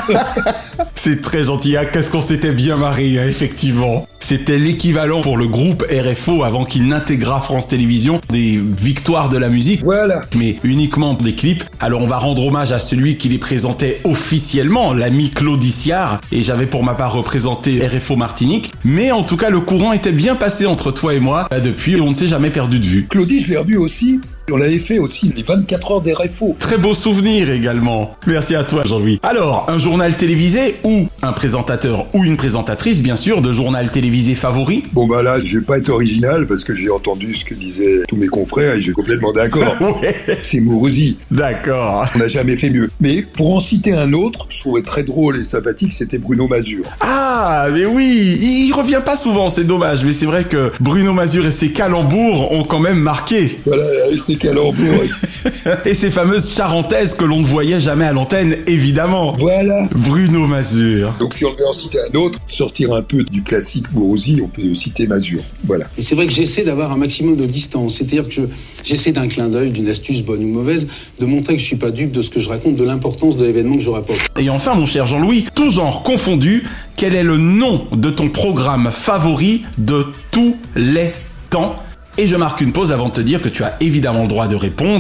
C'est très gentil. Ah, qu'est-ce qu'on s'était bien marré, hein, effectivement. C'était l'équivalent pour le groupe RFO avant qu'il n'intégrât France Télévisions des victoires de la musique. Voilà. Mais uniquement des clips. Alors on va rendre hommage à celui qui les présentait officiellement, l'ami Claude Issiard. Et j'avais pour ma part représenté RFO Martinique. Mais en tout cas, le courant était bien passé entre toi et moi. Depuis, on ne s'est jamais perdu de vue. Claudie, je l'ai revu aussi. On avait fait aussi les 24 heures des RFO. Très beau souvenir également. Merci à toi, Jean-Louis. Alors, un journal télévisé ou un présentateur ou une présentatrice, bien sûr, de journal télévisé favori? Bon bah là, je vais pas être original parce que j'ai entendu ce que disaient tous mes confrères et je suis complètement d'accord. Ouais. C'est Mourouzi. D'accord. On n'a jamais fait mieux. Mais pour en citer un autre, je trouvais très drôle et sympathique, c'était Bruno Mazur. Ah, mais oui, il revient pas souvent, c'est dommage. Mais c'est vrai que Bruno Mazur et ses calembours ont quand même marqué. Voilà, c'est calembours. Et ces fameuses charentaises que l'on ne voyait jamais à l'antenne, évidemment. Voilà. Bruno Mazur. Donc si on devait en citer un autre, sortir un peu du classique Mourouzi, on peut citer Mazur. Voilà. Et c'est vrai que j'essaie d'avoir un maximum de distance. C'est-à-dire que j'essaie d'un clin d'œil, d'une astuce bonne ou mauvaise, de montrer que je suis pas dupe de ce que je raconte, de l'importance de l'événement que je rapporte. Et enfin, mon cher Jean-Louis, tout genre confondu, quel est le nom de ton programme favori de tous les temps? Et je marque une pause avant de te dire que tu as évidemment le droit de répondre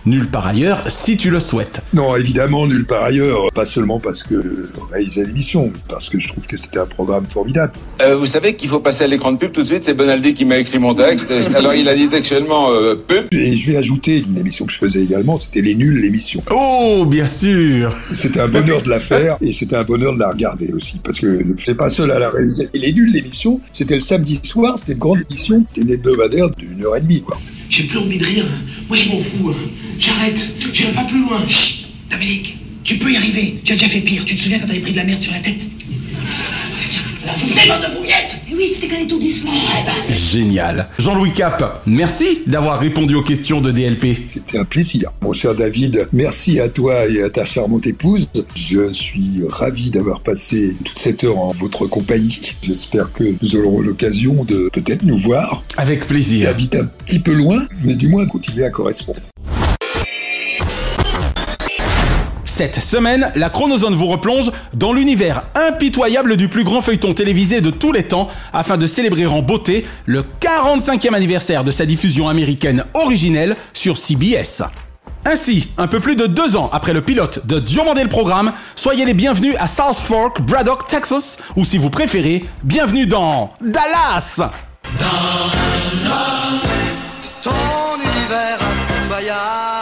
nulle part ailleurs si tu le souhaites. Non, évidemment, nulle part ailleurs. Pas seulement parce que je réalisais l'émission, parce que je trouve que c'était un programme formidable. Vous savez qu'il faut passer à l'écran de pub tout de suite, c'est Bonaldi qui m'a écrit mon texte. Alors il a dit textuellement pub. Et je vais ajouter une émission que je faisais également, c'était Les Nuls, l'émission. Oh, bien sûr. C'était un bonheur de la faire et c'était un bonheur de la regarder aussi, parce que je n'étais pas seul à la réaliser. Et Les Nuls, l'émission, c'était le samedi soir, c'était une grande émission, c'était une hebdomadaire d'1h30, quoi. J'ai plus envie de rire. Moi, je m'en fous. J'arrête. J'irai pas plus loin. Chut, Dominique, tu peux y arriver. Tu as déjà fait pire. Tu te souviens quand t'avais pris de la merde sur la tête? Vous faites bande de fouillettes. Oui, c'était qu'un étourdissement. Génial. Jean-Louis Cap, merci d'avoir répondu aux questions de DLP. C'était un plaisir. Mon cher David, merci à toi et à ta charmante épouse. Je suis ravi d'avoir passé toute cette heure en votre compagnie. J'espère que nous aurons l'occasion de peut-être nous voir. Avec plaisir. J'habite un petit peu loin, mais du moins continuer à correspondre. Cette semaine, la Chronozone vous replonge dans l'univers impitoyable du plus grand feuilleton télévisé de tous les temps afin de célébrer en beauté le 45e anniversaire de sa diffusion américaine originelle sur CBS. Ainsi, un peu plus de 2 ans après le pilote de Diomandé le programme, soyez les bienvenus à South Fork, Braddock, Texas, ou si vous préférez, bienvenue dans Dallas. Ton univers impitoyable.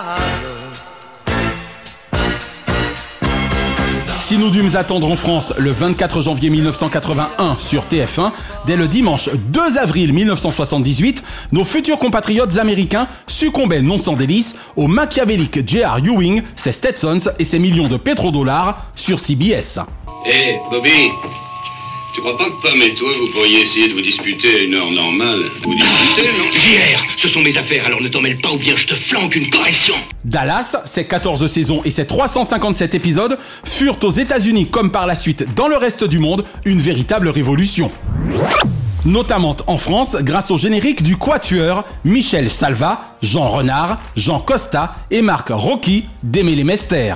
Si nous dûmes attendre en France le 24 janvier 1981 sur TF1, dès le dimanche 2 avril 1978, nos futurs compatriotes américains succombaient non sans délice au machiavélique J.R. Ewing, ses Stetsons et ses millions de pétrodollars sur CBS. Hé, Bobby, tu crois pas que Pam et toi, vous pourriez essayer de vous disputer à une heure normale? Vous disputez, non? JR, ce sont mes affaires, alors ne t'en mêle pas ou bien je te flanque une correction. Dallas, ses 14 saisons et ses 357 épisodes furent aux États-Unis comme par la suite dans le reste du monde une véritable révolution. Notamment en France grâce au générique du quatuor Michel Salva, Jean Renard, Jean Costa et Marc Rocky d'Aimé-les-Mester.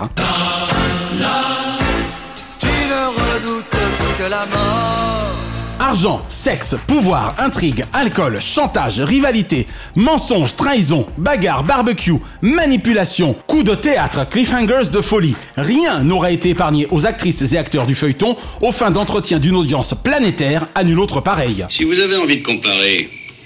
Tu ne redoutes que la mort. Argent, sexe, pouvoir, intrigue, alcool, chantage, rivalité, mensonge, trahison, bagarre, barbecue, manipulation, coups de théâtre, cliffhangers de folie. Rien n'aura été épargné aux actrices et acteurs du feuilleton aux fins d'entretien d'une audience planétaire à nul autre pareil. Si vous avez envie de comparer,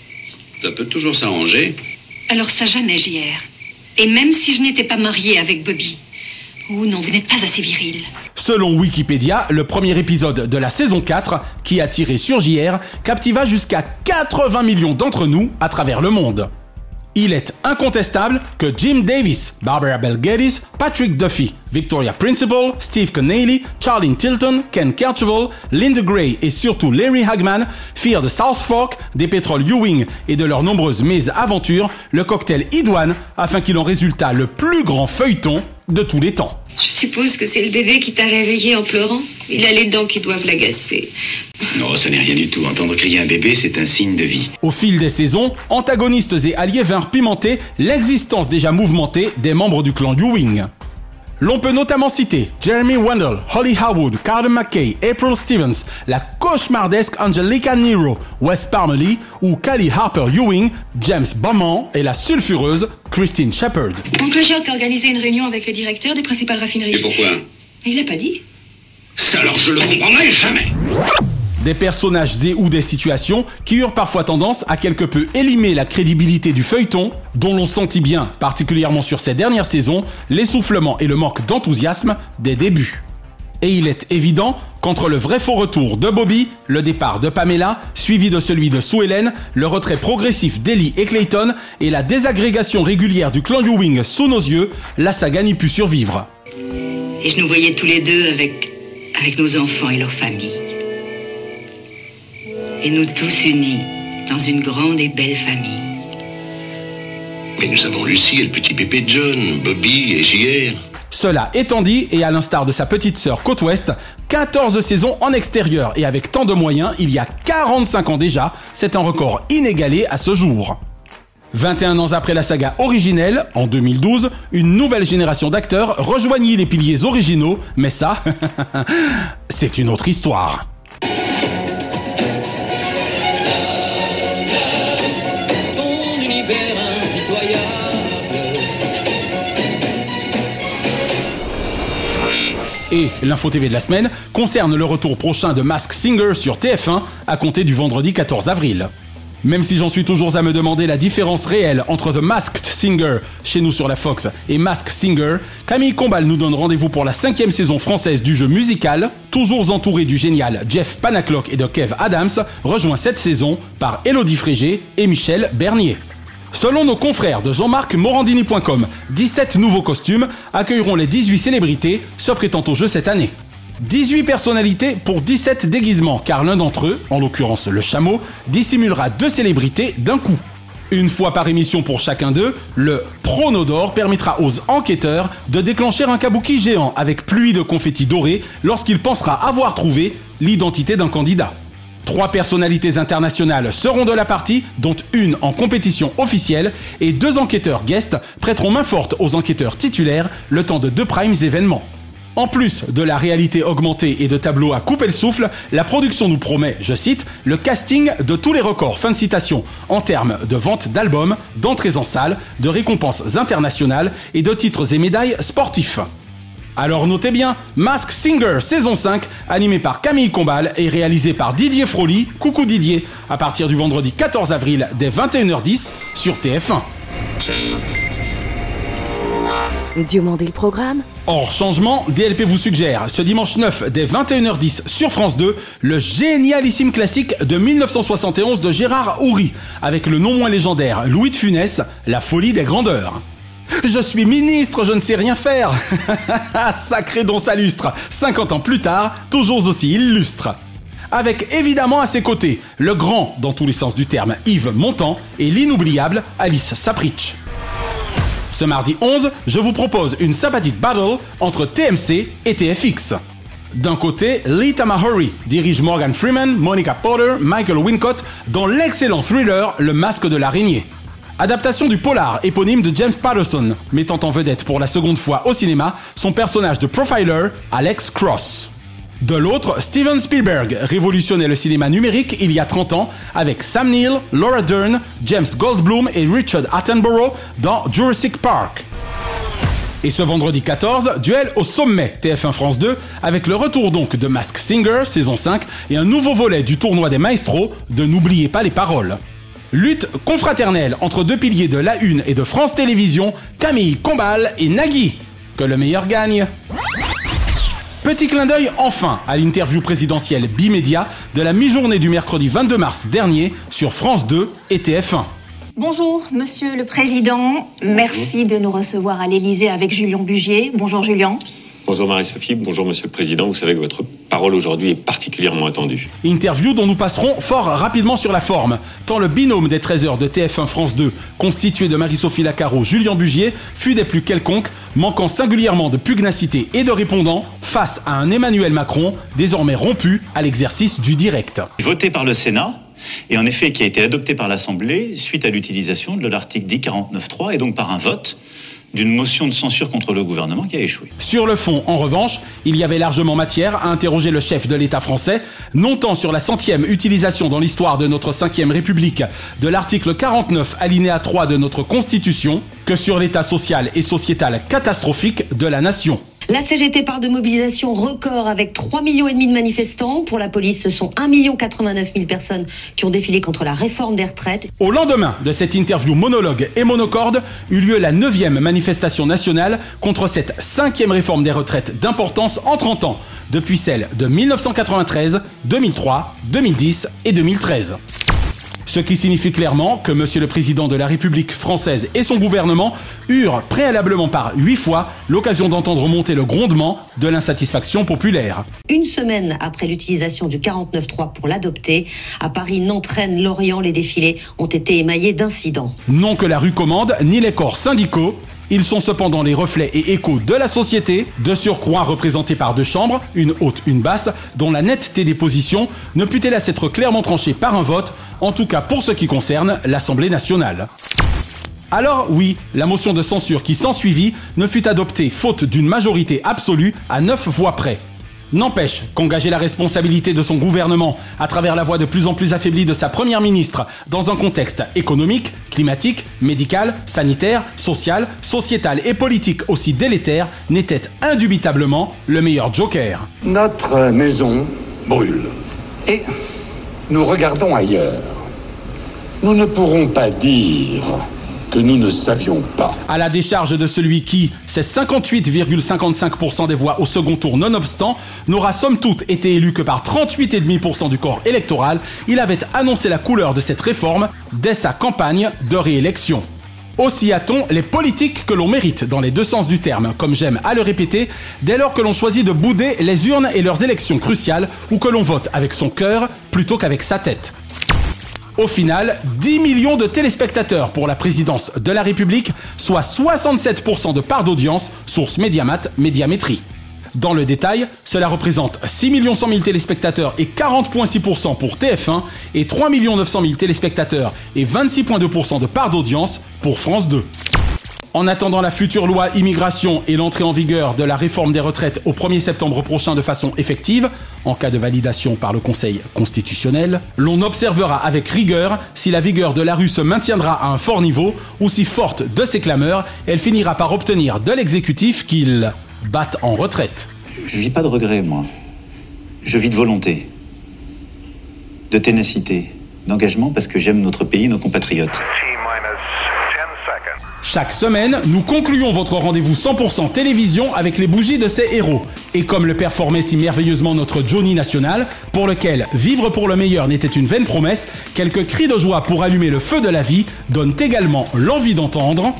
ça peut toujours s'arranger. Alors ça jamais, JR. Et même si je n'étais pas mariée avec Bobby. Oh non, vous n'êtes pas assez viril. Selon Wikipédia, le premier épisode de la saison 4, qui a tiré sur JR, captiva jusqu'à 80 millions d'entre nous à travers le monde. Il est incontestable que Jim Davis, Barbara Bel Geddes, Patrick Duffy, Victoria Principal, Steve Connelly, Charlene Tilton, Ken Kercheval, Linda Gray et surtout Larry Hagman firent de South Fork, des pétroles Ewing et de leurs nombreuses mésaventures le cocktail idoine afin qu'il en résultât le plus grand feuilleton de tous les temps. Je suppose que c'est le bébé qui t'a réveillé en pleurant. Il a les dents qui doivent l'agacer. Non, ce n'est rien du tout. Entendre crier un bébé, c'est un signe de vie. Au fil des saisons, antagonistes et alliés vinrent pimenter l'existence déjà mouvementée des membres du clan Ewing. L'on peut notamment citer Jeremy Wendell, Holly Harwood, Carter McKay, April Stevens, la cauchemardesque Angelica Nero, Wes Parmalee ou Callie Harper Ewing, James Beaumont et la sulfureuse Christine Shepard. Oncle Jacques a organisé une réunion avec le directeur des principales raffineries. Et pourquoi? Il l'a pas dit. Ça, alors je le comprendrai jamais. Des personnages et ou des situations qui eurent parfois tendance à quelque peu élimer la crédibilité du feuilleton, dont l'on sentit bien, particulièrement sur ces dernières saisons, l'essoufflement et le manque d'enthousiasme des débuts. Et il est évident qu'entre le vrai faux retour de Bobby, le départ de Pamela, suivi de celui de Sue Ellen, le retrait progressif d'Ellie et Clayton et la désagrégation régulière du clan Ewing sous nos yeux, la saga n'y put survivre. Et je nous voyais tous les deux avec nos enfants et leurs familles. Et nous tous unis dans une grande et belle famille. Mais nous avons Lucie et le petit bébé John, Bobby et JR. Cela étant dit, et à l'instar de sa petite sœur Côte Ouest, 14 saisons en extérieur et avec tant de moyens, il y a 45 ans déjà, c'est un record inégalé à ce jour. 21 ans après la saga originelle, en 2012, une nouvelle génération d'acteurs rejoignit les piliers originaux, mais ça, c'est une autre histoire. Et l'info TV de la semaine concerne le retour prochain de Masked Singer sur TF1 à compter du vendredi 14 avril. Même si j'en suis toujours à me demander la différence réelle entre The Masked Singer chez nous sur la Fox et Masked Singer, Camille Combal nous donne rendez-vous pour la 5e saison française du jeu musical, toujours entouré du génial Jeff Panaclock et de Kev Adams, rejoint cette saison par Élodie Frégé et Michel Bernier. Selon nos confrères de Jean-Marc-Morandini.com, 17 nouveaux costumes accueilleront les 18 célébrités se prêtant au jeu cette année. 18 personnalités pour 17 déguisements, car l'un d'entre eux, en l'occurrence le chameau, dissimulera 2 célébrités d'un coup. Une fois par émission pour chacun d'eux, le Prono d'or permettra aux enquêteurs de déclencher un kabuki géant avec pluie de confettis dorés lorsqu'il pensera avoir trouvé l'identité d'un candidat. 3 personnalités internationales seront de la partie, dont une en compétition officielle, et 2 enquêteurs guests prêteront main forte aux enquêteurs titulaires le temps de 2 primes événements. En plus de la réalité augmentée et de tableaux à couper le souffle, la production nous promet, je cite, le casting de tous les records, fin de citation, en termes de vente d'albums, d'entrées en salle, de récompenses internationales et de titres et médailles sportifs. Alors notez bien, Masked Singer saison 5, animé par Camille Combal et réalisé par Didier Froli, coucou Didier, à partir du vendredi 14 avril dès 21h10 sur TF1. Demandez le programme. Hors changement, DLP vous suggère ce dimanche 9 dès 21h10 sur France 2 le génialissime classique de 1971 de Gérard Houry avec le non moins légendaire Louis de Funès, La folie des grandeurs. Je suis ministre, je ne sais rien faire. Sacré Don Salustre, 50 ans plus tard, toujours aussi illustre. Avec évidemment à ses côtés le grand, dans tous les sens du terme, Yves Montand et l'inoubliable Alice Sapritch. Ce mardi 11, je vous propose une sympathique battle entre TMC et TFX. D'un côté, Lee Tamahori dirige Morgan Freeman, Monica Potter, Michael Wincott dans l'excellent thriller Le Masque de l'araignée. Adaptation du polar éponyme de James Patterson, mettant en vedette pour la seconde fois au cinéma son personnage de profiler, Alex Cross. De l'autre, Steven Spielberg révolutionnait le cinéma numérique il y a 30 ans avec Sam Neill, Laura Dern, James Goldblum et Richard Attenborough dans Jurassic Park. Et ce vendredi 14, duel au sommet TF1 France 2 avec le retour donc de Masked Singer saison 5 et un nouveau volet du tournoi des maestros de N'oubliez pas les paroles. Lutte confraternelle entre 2 piliers de La Une et de France Télévisions, Camille Combal et Nagui. Que le meilleur gagne. Petit clin d'œil enfin à l'interview présidentielle bimédia de la mi-journée du mercredi 22 mars dernier sur France 2 et TF1. Bonjour, Monsieur le Président. Merci de nous recevoir à l'Élysée avec Julien Bugier. Bonjour Julien. Bonjour Marie-Sophie, bonjour Monsieur le Président. Vous savez que votre parole aujourd'hui est particulièrement attendue. Interview dont nous passerons fort rapidement sur la forme, tant le binôme des 13h de TF1 France 2, constitué de Marie-Sophie Lacaro, Julien Bugier, fut des plus quelconques, manquant singulièrement de pugnacité et de répondants face à un Emmanuel Macron désormais rompu à l'exercice du direct. Voté par le Sénat, et en effet qui a été adopté par l'Assemblée suite à l'utilisation de l'article 1049.3 et donc par un vote d'une motion de censure contre le gouvernement qui a échoué. Sur le fond, en revanche, il y avait largement matière à interroger le chef de l'État français, non tant sur la 100e utilisation dans l'histoire de notre 5e République de l'article 49 alinéa 3 de notre Constitution, que sur l'état social et sociétal catastrophique de la nation. La CGT parle de mobilisation record avec 3,5 millions de manifestants. Pour la police, ce sont 1,089 000 personnes qui ont défilé contre la réforme des retraites. Au lendemain de cette interview monologue et monocorde, eut lieu la 9e manifestation nationale contre cette 5e réforme des retraites d'importance en 30 ans, depuis celle de 1993, 2003, 2010 et 2013. Ce qui signifie clairement que Monsieur le Président de la République française et son gouvernement eurent préalablement par 8 fois l'occasion d'entendre monter le grondement de l'insatisfaction populaire. Une semaine après l'utilisation du 49.3 pour l'adopter, à Paris, Nantes, Rennes, Lorient, les défilés ont été émaillés d'incidents. Non que la rue commande, ni les corps syndicaux. Ils sont cependant les reflets et échos de la société, de surcroît représentés par 2 chambres, une haute, une basse, dont la netteté des positions ne put hélas être clairement tranchée par un vote, en tout cas pour ce qui concerne l'Assemblée nationale. Alors oui, la motion de censure qui s'ensuivit ne fut adoptée faute d'une majorité absolue à 9 voix près. N'empêche qu'engager la responsabilité de son gouvernement à travers la voix de plus en plus affaiblie de sa première ministre dans un contexte économique, climatique, médical, sanitaire, social, sociétal et politique aussi délétère n'était indubitablement le meilleur joker. Notre maison brûle et nous regardons ailleurs. Nous ne pourrons pas dire que nous ne savions pas. À la décharge de celui qui, ses 58,55% des voix au second tour nonobstant, n'aura somme toute été élu que par 38,5% du corps électoral, il avait annoncé la couleur de cette réforme dès sa campagne de réélection. Aussi a-t-on les politiques que l'on mérite dans les deux sens du terme, comme j'aime à le répéter, dès lors que l'on choisit de bouder les urnes et leurs élections cruciales ou que l'on vote avec son cœur plutôt qu'avec sa tête. Au final, 10 millions de téléspectateurs pour la présidence de la République, soit 67% de part d'audience, source Mediamat, Médiamétrie. Dans le détail, cela représente 6 100 000 téléspectateurs et 40,6% pour TF1 et 3 900 000 téléspectateurs et 26,2% de part d'audience pour France 2. En attendant la future loi immigration et l'entrée en vigueur de la réforme des retraites au 1er septembre prochain de façon effective, en cas de validation par le Conseil constitutionnel, l'on observera avec rigueur si la vigueur de la rue se maintiendra à un fort niveau ou si, forte de ses clameurs, elle finira par obtenir de l'exécutif qu'il batte en retraite. Je vis pas de regrets, moi. Je vis de volonté, de ténacité, d'engagement parce que j'aime notre pays, nos compatriotes. Chaque semaine, nous concluons votre rendez-vous 100% télévision avec les bougies de ces héros. Et comme le performait si merveilleusement notre Johnny National, pour lequel vivre pour le meilleur n'était une vaine promesse, quelques cris de joie pour allumer le feu de la vie donnent également l'envie d'entendre.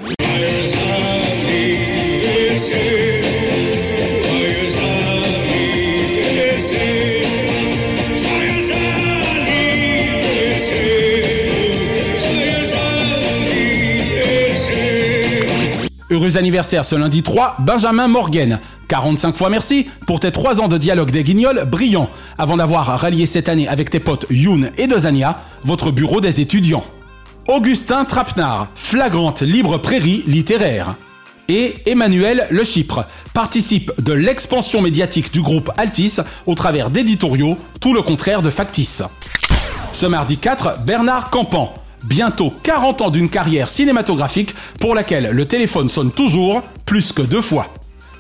Heureux anniversaire ce lundi 3, Benjamin Morgan. 45 fois merci pour tes 3 ans de dialogue des guignols brillants, avant d'avoir rallié cette année avec tes potes Youn et Dezania, votre bureau des étudiants. Augustin Trapenard, flagrante libre prairie littéraire. Et Emmanuel Le Chypre participe de l'expansion médiatique du groupe Altis au travers d'éditoriaux, tout le contraire de factices. Ce mardi 4, Bernard Campan. Bientôt 40 ans d'une carrière cinématographique pour laquelle le téléphone sonne toujours plus que 2 fois.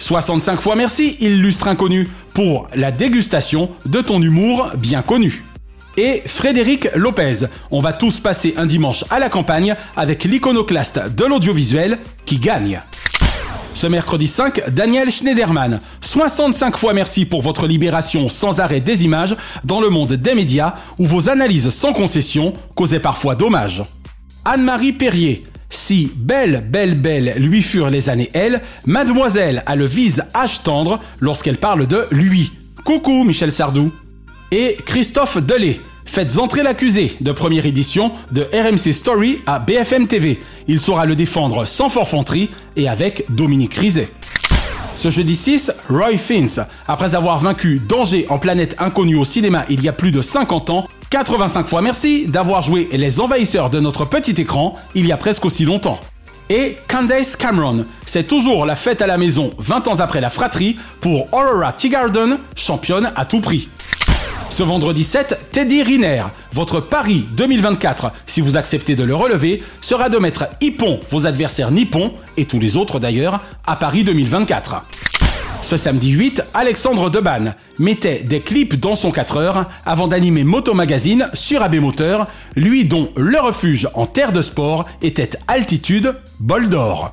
65 fois merci, illustre inconnu, pour la dégustation de ton humour bien connu. Et Frédéric Lopez, on va tous passer un dimanche à la campagne avec l'iconoclaste de l'audiovisuel qui gagne. Ce mercredi 5, Daniel Schneiderman. 65 fois merci pour votre libération sans arrêt des images dans le monde des médias où vos analyses sans concession causaient parfois dommages. Anne-Marie Perrier. Si belle lui furent les années elle, mademoiselle a le vise âge tendre lorsqu'elle parle de lui. Coucou Michel Sardou. Et Christophe Delay. Faites entrer l'accusé de première édition de RMC Story à BFM TV. Il saura le défendre sans forfanterie et avec Dominique Rizet. Ce jeudi 6, Roy Fiennes, après avoir vaincu Danger en planète inconnue au cinéma il y a plus de 50 ans, 85 fois merci d'avoir joué les envahisseurs de notre petit écran il y a presque aussi longtemps. Et Candace Cameron, c'est toujours la fête à la maison 20 ans après la fratrie pour Aurora Teagarden, championne à tout prix. Ce vendredi 7, Teddy Riner, votre pari 2024, si vous acceptez de le relever, sera de mettre hippon vos adversaires nippons, et tous les autres d'ailleurs, à Paris 2024. Ce samedi 8, Alexandre Debanne mettait des clips dans son 4 heures avant d'animer Moto Magazine sur AB Moteur, lui dont le refuge en terre de sport était altitude, bol d'or.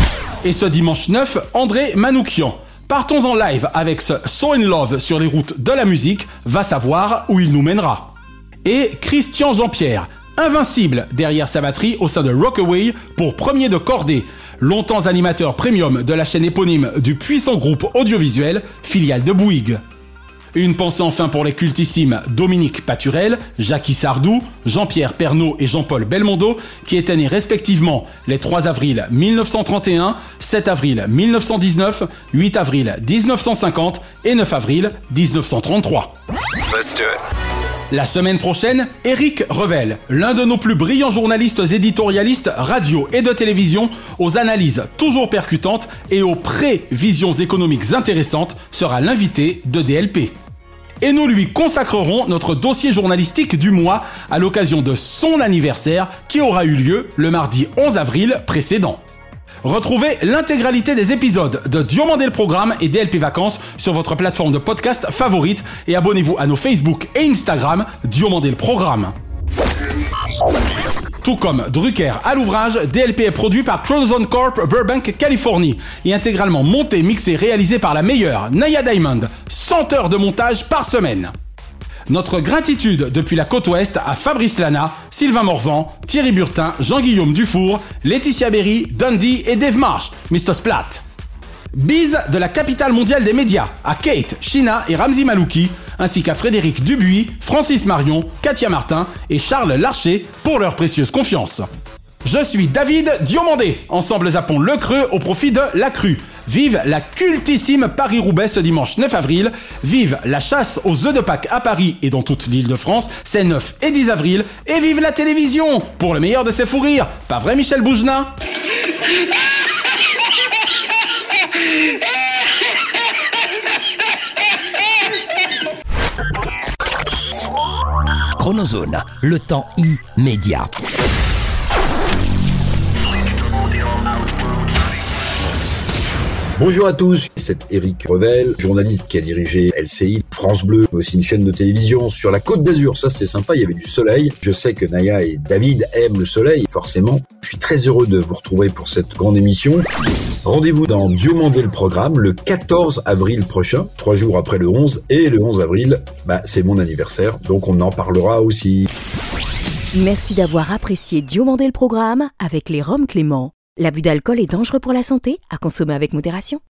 Et ce dimanche 9, André Manoukian. Partons en live avec ce So in Love sur les routes de la musique, va savoir où il nous mènera. Et Christian Jean-Pierre, invincible derrière sa batterie au sein de Rockaway pour premier de cordée, longtemps animateur premium de la chaîne éponyme du puissant groupe audiovisuel, filiale de Bouygues. Une pensée enfin pour les cultissimes Dominique Paturel, Jackie Sardou, Jean-Pierre Pernaut et Jean-Paul Belmondo, qui étaient nés respectivement les 3 avril 1931, 7 avril 1919, 8 avril 1950 et 9 avril 1933. Let's do it. La semaine prochaine, Éric Revel, l'un de nos plus brillants journalistes éditorialistes radio et de télévision, aux analyses toujours percutantes et aux prévisions économiques intéressantes, sera l'invité de DLP. Et nous lui consacrerons notre dossier journalistique du mois à l'occasion de son anniversaire qui aura eu lieu le mardi 11 avril précédent. Retrouvez l'intégralité des épisodes de Diomandé le Programme et DLP Vacances sur votre plateforme de podcast favorite et abonnez-vous à nos Facebook et Instagram Diomandé le Programme. Tout comme Drucker à l'ouvrage, DLP est produit par Chronozone Corp Burbank, Californie et intégralement monté, mixé, réalisé par la meilleure Naya Diamond, 100 heures de montage par semaine. Notre gratitude depuis la côte ouest à Fabrice Lana, Sylvain Morvan, Thierry Burtin, Jean-Guillaume Dufour, Laetitia Berry, Dundee et Dave Marsh, Mr. Splat. Bise de la capitale mondiale des médias à Kate, Shina et Ramzi Malouki, ainsi qu'à Frédéric Dubuis, Francis Marion, Katia Martin et Charles Larcher pour leur précieuse confiance. Je suis David Diomandé. Ensemble zappons le creux au profit de la crue. Vive la cultissime Paris-Roubaix ce dimanche 9 avril. Vive la chasse aux œufs de Pâques à Paris et dans toute l'Île-de-France, c'est 9 et 10 avril. Et vive la télévision pour le meilleur de ses fous rires. Pas vrai Michel Bougenin? Chronozone, le temps immédiat. Bonjour à tous, c'est Éric Revel, journaliste qui a dirigé LCI, France Bleu, mais aussi une chaîne de télévision sur la Côte d'Azur. Ça c'est sympa, il y avait du soleil. Je sais que Naya et David aiment le soleil, forcément. Je suis très heureux de vous retrouver pour cette grande émission. Rendez-vous dans Diomandé le Programme le 14 avril prochain, 3 jours après le 11, et le 11 avril, c'est mon anniversaire, donc on en parlera aussi. Merci d'avoir apprécié Diomandé le Programme avec les Rhums Clément. L'abus d'alcool est dangereux pour la santé, à consommer avec modération.